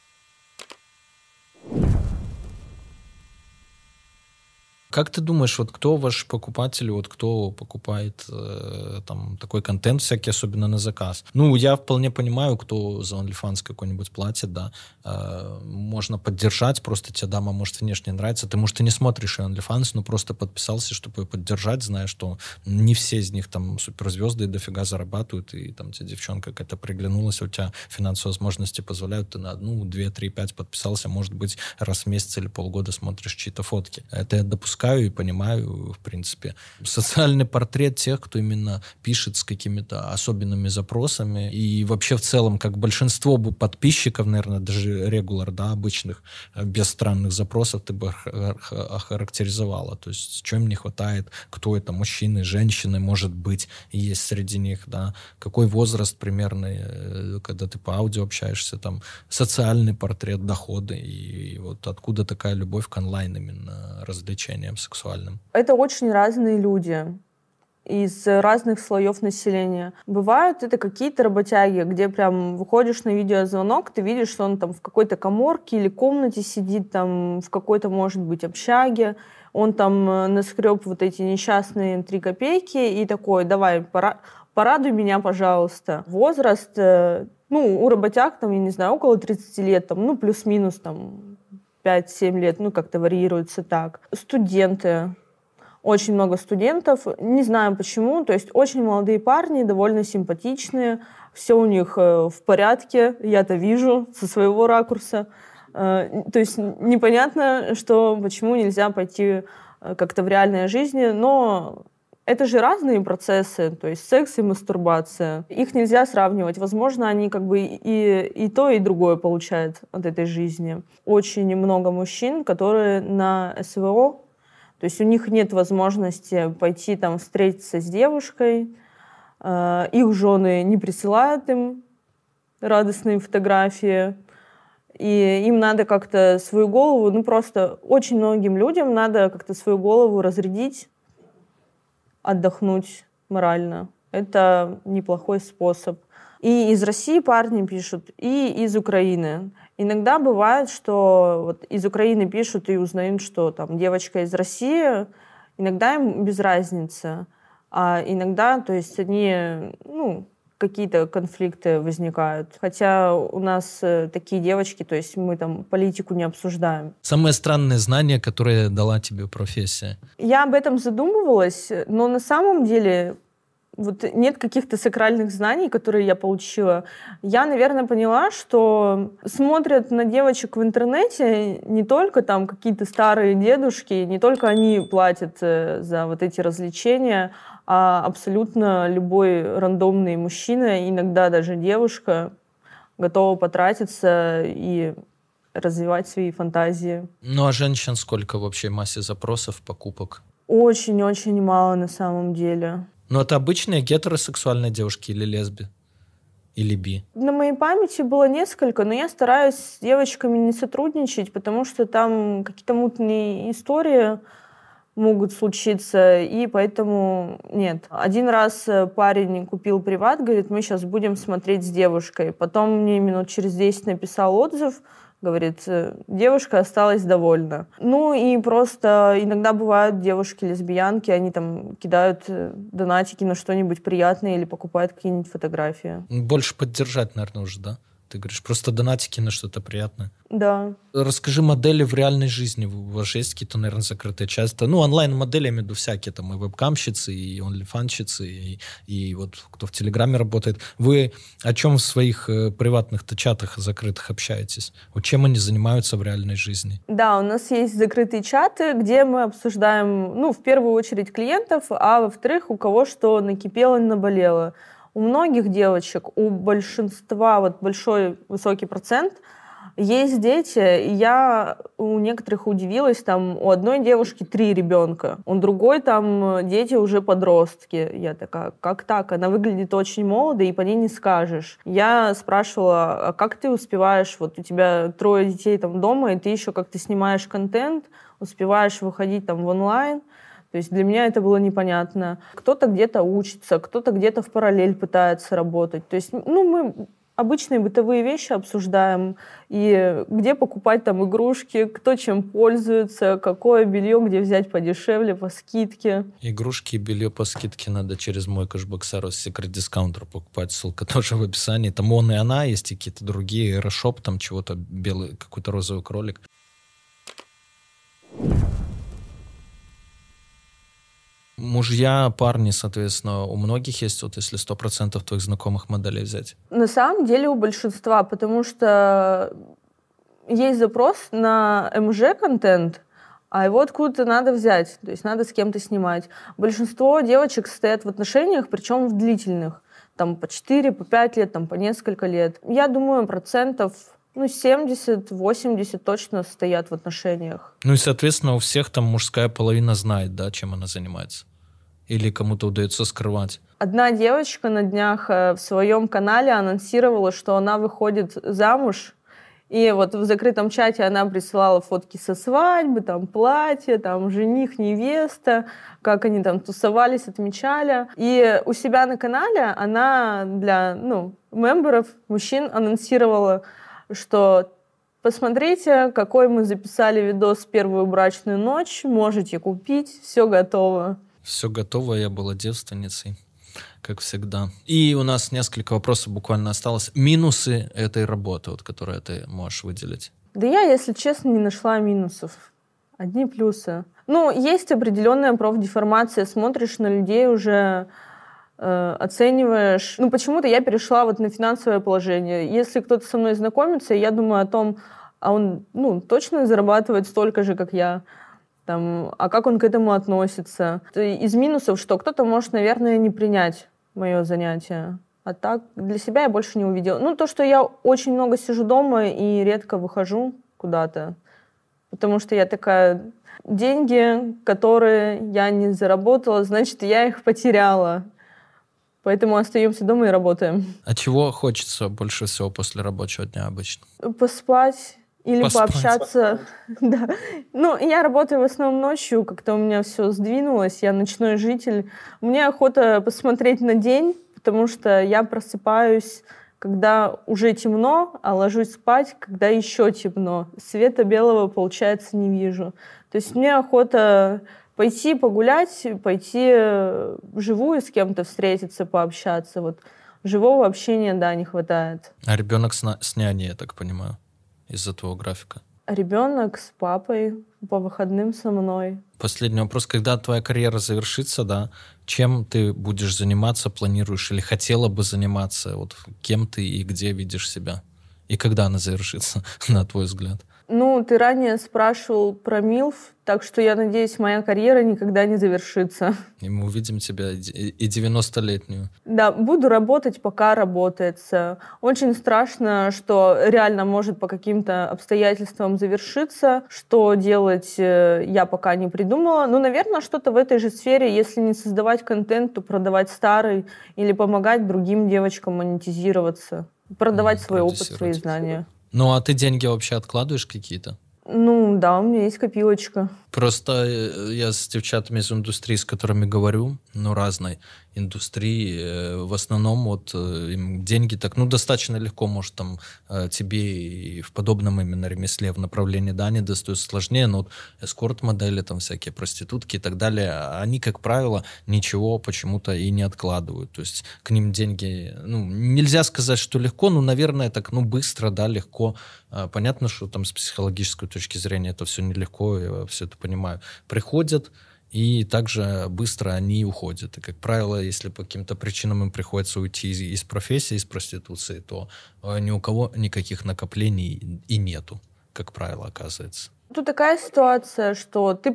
Как ты думаешь, вот кто ваш покупатель, вот кто покупает там такой контент всякий, особенно на заказ? Я вполне понимаю, кто за OnlyFans какой-нибудь платит, да. Можно поддержать, просто тебе дама может внешне нравится. Ты, может, и не смотришь и OnlyFans, но просто подписался, чтобы поддержать, зная, что не все из них там суперзвезды и дофига зарабатывают, и там тебе девчонка какая-то приглянулась, у тебя финансовые возможности позволяют, ты на 1, 2, 3, 5 подписался, может быть, раз в месяц или полгода смотришь чьи-то фотки. Это я допускаю и понимаю, в принципе. Социальный портрет тех, кто именно пишет с какими-то особенными запросами. И вообще в целом, как большинство подписчиков, наверное, даже регуляр, да, обычных, без странных запросов ты бы охарактеризовала. То есть, что им не хватает, кто это, мужчины, женщины, может быть, есть среди них, да. Какой возраст примерно, когда ты по аудио общаешься, там, социальный портрет, доходы. И вот откуда такая любовь к онлайн именно развлечениям сексуальным? Это очень разные люди из разных слоев населения. Бывают это какие-то работяги, где прям выходишь на видеозвонок, ты видишь, что он там в какой-то каморке или комнате сидит, там в какой-то, может быть, общаге, он там наскреб вот эти несчастные 3 копейки и такой, давай, порадуй меня, пожалуйста. Возраст, у работяг, там, я не знаю, около 30 лет, там, плюс-минус, там, 5-7 лет, как-то варьируется так. Студенты. Очень много студентов. Не знаю почему. То есть очень молодые парни, довольно симпатичные. Все у них в порядке. Я-то вижу со своего ракурса. То есть непонятно, почему нельзя пойти как-то в реальной жизни, но Это же разные процессы, то есть секс и мастурбация. Их нельзя сравнивать. Возможно, они как бы и то, и другое получают от этой жизни. Очень много мужчин, которые на СВО, то есть у них нет возможности пойти там встретиться с девушкой, их жены не присылают им радостные фотографии, и им надо как-то свою голову, просто очень многим людям надо как-то свою голову разрядить, отдохнуть морально. Это неплохой способ. И из России парни пишут, и из Украины. Иногда бывает, что вот из Украины пишут и узнают, что там девочка из России, иногда им без разницы. А иногда, то есть они, какие-то конфликты возникают. Хотя у нас такие девочки, то есть мы там политику не обсуждаем. Самые странные знания, которые дала тебе профессия? Я об этом задумывалась, но на самом деле вот нет каких-то сакральных знаний, которые я получила. Я, наверное, поняла, что смотрят на девочек в интернете не только там какие-то старые дедушки, не только они платят за вот эти развлечения, а абсолютно любой рандомный мужчина, иногда даже девушка, готова потратиться и развивать свои фантазии. Ну а женщин сколько в общей массе запросов, покупок? Очень-очень мало на самом деле. Но это обычные гетеросексуальные девушки или лесби? Или би? На моей памяти было несколько, но я стараюсь с девочками не сотрудничать, потому что там какие-то мутные истории могут случиться, и поэтому нет. Один раз парень купил приват, говорит, мы сейчас будем смотреть с девушкой. Потом мне минут через 10 написал отзыв, говорит, девушка осталась довольна. Ну и просто иногда бывают девушки-лесбиянки, они там кидают донатики на что-нибудь приятное или покупают какие-нибудь фотографии. Больше поддержать, наверное, уже, да? Ты говоришь, просто донатики на что-то приятное. Да. Расскажи модели в реальной жизни. У вас же есть какие-то, наверное, закрытые части. онлайн-модели, я имею в виду всякие, там и вебкамщицы, и онлифанщицы, и вот кто в Телеграме работает. Вы о чем в своих приватных чатах закрытых общаетесь? Вот чем они занимаются в реальной жизни? Да, у нас есть закрытые чаты, где мы обсуждаем, в первую очередь клиентов, а во-вторых, у кого что накипело, наболело. У многих девочек, у большинства, большой высокий процент, есть дети, и я у некоторых удивилась, там у одной девушки 3 ребенка, у другой там дети уже подростки. Я такая, как так? Она выглядит очень молодо, и по ней не скажешь. Я спрашивала, а как ты успеваешь, у тебя 3 детей там дома, и ты еще как-то снимаешь контент, успеваешь выходить там в онлайн. То есть для меня это было непонятно. Кто-то где-то учится, кто-то где-то в параллель пытается работать. То есть, мы обычные бытовые вещи обсуждаем, и где покупать там игрушки, кто чем пользуется, какое белье, где взять подешевле, по скидке. Игрушки и белье по скидке надо через мой кэшбэк-сервис Secret Discounter покупать. Ссылка тоже в описании. Там он и она, есть и какие-то другие, Аэрошоп, там чего-то белый, какой-то розовый кролик. Мужья, парни, соответственно, у многих есть, если 100% твоих знакомых моделей взять? На самом деле у большинства, потому что есть запрос на МЖ-контент, а его откуда-то надо взять, то есть надо с кем-то снимать. Большинство девочек состоят в отношениях, причем в длительных, там по 4, по 5 лет, там по несколько лет. Я думаю, 70-80 точно стоят в отношениях. И, соответственно, у всех там мужская половина знает, да, чем она занимается? Или кому-то удается скрывать? Одна девочка на днях в своем канале анонсировала, что она выходит замуж. И в закрытом чате она присылала фотки со свадьбы, там платье, там жених, невеста, как они там тусовались, отмечали. И у себя на канале она для мемберов, мужчин анонсировала, что посмотрите, какой мы записали видос первую брачную ночь, можете купить, все готово. Все готово, я была девственницей, как всегда. И у нас несколько вопросов буквально осталось. Минусы этой работы, которые ты можешь выделить? Да я, если честно, не нашла минусов. Одни плюсы. Есть определенная профдеформация, смотришь на людей уже, оцениваешь. Почему-то я перешла на финансовое положение. Если кто-то со мной знакомится, я думаю о том, а он точно зарабатывает столько же, как я. там, а как он к этому относится. Из минусов, что кто-то может, наверное, не принять мое занятие. А так для себя я больше не увидела. Ну, то, что я очень много сижу дома и редко выхожу куда-то, потому что я такая, деньги, которые я не заработала, значит, я их потеряла. Поэтому остаемся дома и работаем. А чего хочется больше всего после рабочего дня обычно? Поспать или пообщаться. Да. Ну, я работаю в основном ночью, как-то у меня все сдвинулось, я ночной житель. Мне охота посмотреть на день, потому что я просыпаюсь, когда уже темно, а ложусь спать, когда еще темно. Света белого, получается, не вижу. То есть мне охота пойти погулять, пойти вживую с кем-то встретиться, пообщаться. Вот живого общения, да, не хватает. А ребенок с няней, я так понимаю, из-за твоего графика? Ребенок с папой, по выходным со мной. Последний вопрос. Когда твоя карьера завершится, да, чем ты будешь заниматься, планируешь или хотела бы заниматься? Вот кем ты и где видишь себя? И когда она завершится, на твой взгляд? Ну, ты ранее спрашивал про МИЛФ, так что я надеюсь, моя карьера никогда не завершится. И мы увидим тебя и 90-летнюю. Да, буду работать, пока работается. Очень страшно, что реально может по каким-то обстоятельствам завершиться. Что делать, я пока не придумала. Ну, наверное, что-то в этой же сфере, если не создавать контент, то продавать старый или помогать другим девочкам монетизироваться. Продавать свой опыт, свои знания. Ну, а ты деньги вообще откладываешь какие-то? Ну, да, у меня есть копилочка. Просто я с девчатами из индустрии, с которыми говорю, ну, разной индустрии, в основном вот им деньги так, ну, достаточно легко, может, там, тебе и в подобном именно ремесле в направлении, да, они достаются сложнее, но вот эскорт-модели, там, всякие проститутки и так далее, они, как правило, ничего почему-то и не откладывают, то есть к ним деньги, ну, нельзя сказать, что легко, но, наверное, так, ну, быстро, да, легко. Понятно, что там с психологической точки зрения это все нелегко, я все это понимаю. Приходят, и также быстро они уходят. И, как правило, если по каким-то причинам им приходится уйти из профессии, из проституции, то ни у кого никаких накоплений и нету, как правило, оказывается. Тут такая ситуация, что ты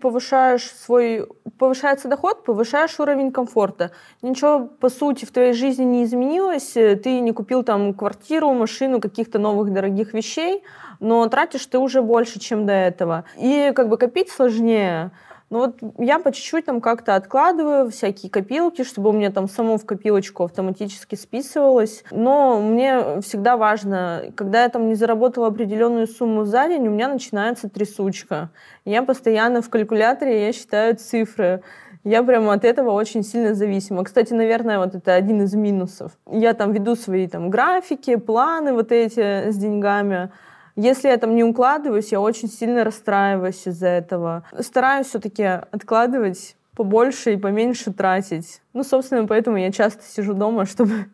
повышается доход, повышаешь уровень комфорта. Ничего, по сути, в твоей жизни не изменилось. Ты не купил там квартиру, машину, каких-то новых дорогих вещей, но тратишь ты уже больше, чем до этого. И как бы копить сложнее. Ну вот я по чуть-чуть там как-то откладываю всякие копилки, чтобы у меня там само в копилочку автоматически списывалось. Но мне всегда важно, когда я там не заработала определенную сумму за день, у меня начинается трясучка. Я постоянно в калькуляторе, я считаю цифры. Я прямо от этого очень сильно зависима. Кстати, наверное, вот это один из минусов. Я там веду свои там графики, планы вот эти с деньгами. Если я там не укладываюсь, я очень сильно расстраиваюсь из-за этого. Стараюсь все-таки откладывать побольше и поменьше тратить. Ну, собственно, поэтому я часто сижу дома, чтобы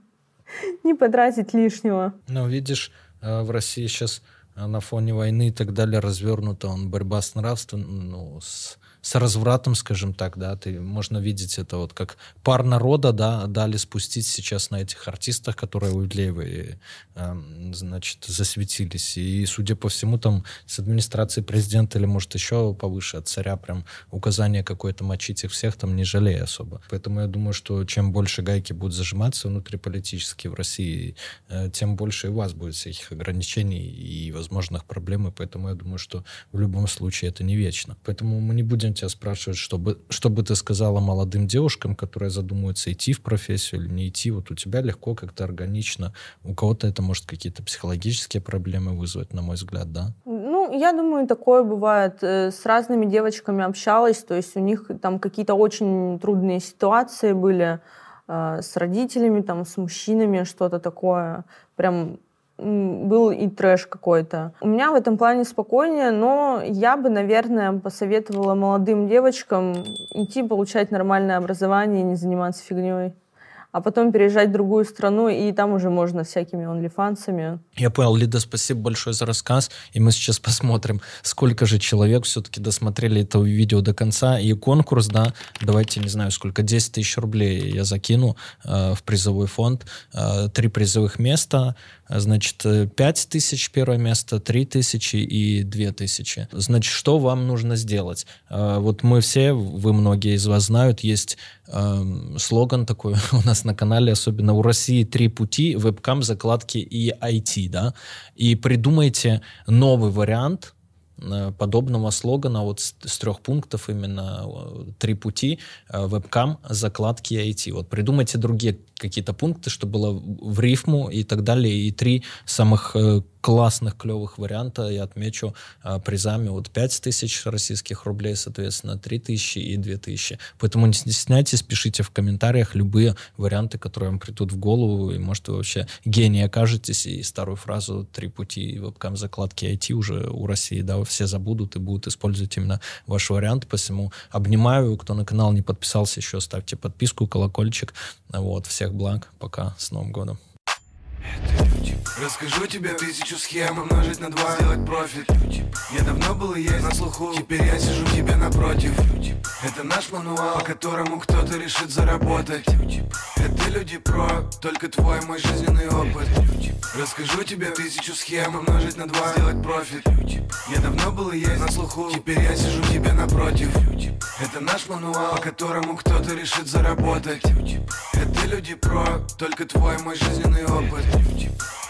не потратить лишнего. Ну, видишь, в России сейчас на фоне войны и так далее развернута борьба с нравственностью, с развратом, скажем так, да, можно видеть это вот как пар народа, да, дали спустить сейчас на этих артистах, которые у Ивлеевой, значит, засветились. И, судя по всему, там с администрации президента или, может, еще повыше от царя прям указание какое-то мочить их всех, там не жалея особо. Поэтому я думаю, что чем больше гайки будут зажиматься внутриполитически в России, тем больше и у вас будет всяких ограничений и возможных проблем, и поэтому я думаю, что в любом случае это не вечно. Поэтому мы не будем тебя спрашивать, что бы ты сказала молодым девушкам, которые задумываются идти в профессию или не идти. Вот у тебя легко, как-то органично. У кого-то это может какие-то психологические проблемы вызвать, на мой взгляд, да? Ну, я думаю, такое бывает. С разными девочками общалась, то есть у них там какие-то очень трудные ситуации были с родителями, там, с мужчинами, что-то такое. Прям был и трэш какой-то. У меня в этом плане спокойнее, но я бы, наверное, посоветовала молодым девочкам идти получать нормальное образование и не заниматься фигней. а потом переезжать в другую страну, и там уже можно всякими онлифансами. Я понял, Лида, спасибо большое за рассказ, и мы сейчас посмотрим, сколько же человек все-таки досмотрели это видео до конца, и конкурс, да, давайте, не знаю, сколько, 10 тысяч рублей я закину в призовой фонд, 3 призовых места, значит, 5 тысяч первое место, 3 тысячи и 2 тысячи. Значит, что вам нужно сделать? Вот мы все, вы многие из вас знают, есть слоган такой у нас на канале, особенно у России 3 пути: вебкам, закладки и IT, да, и придумайте новый вариант подобного слогана, вот с 3 пунктов именно 3 пути: вебкам, закладки и IT. Вот придумайте другие какие-то пункты, чтобы было в рифму и так далее, и 3 самых классных, клевых варианта я отмечу призами. Вот 5 тысяч российских рублей, соответственно, 3 тысячи и 2 тысячи. Поэтому не стесняйтесь, пишите в комментариях любые варианты, которые вам придут в голову, и, может, вы вообще гений окажетесь, и старую фразу 3 пути вебкам, закладки IT уже у России, да, все забудут и будут использовать именно ваш вариант. Посему обнимаю. Кто на канал не подписался еще, ставьте подписку, колокольчик. Вот, всех благ. Пока. С Новым годом. Это люди. Расскажу тебе 1000 схем, умножить на 2, сделать профит. Я давно был и есть на слуху, теперь я сижу тебе напротив. Это наш мануал, по которому кто-то решит заработать. Это люди про, только твой мой жизненный опыт. Расскажу тебе 1000 схем, умножить на 2, сделать профит. Я давно был и есть на слуху, теперь я сижу тебе напротив. Это наш мануал, по которому кто-то решит заработать. Это люди про, только твой мой жизненный опыт.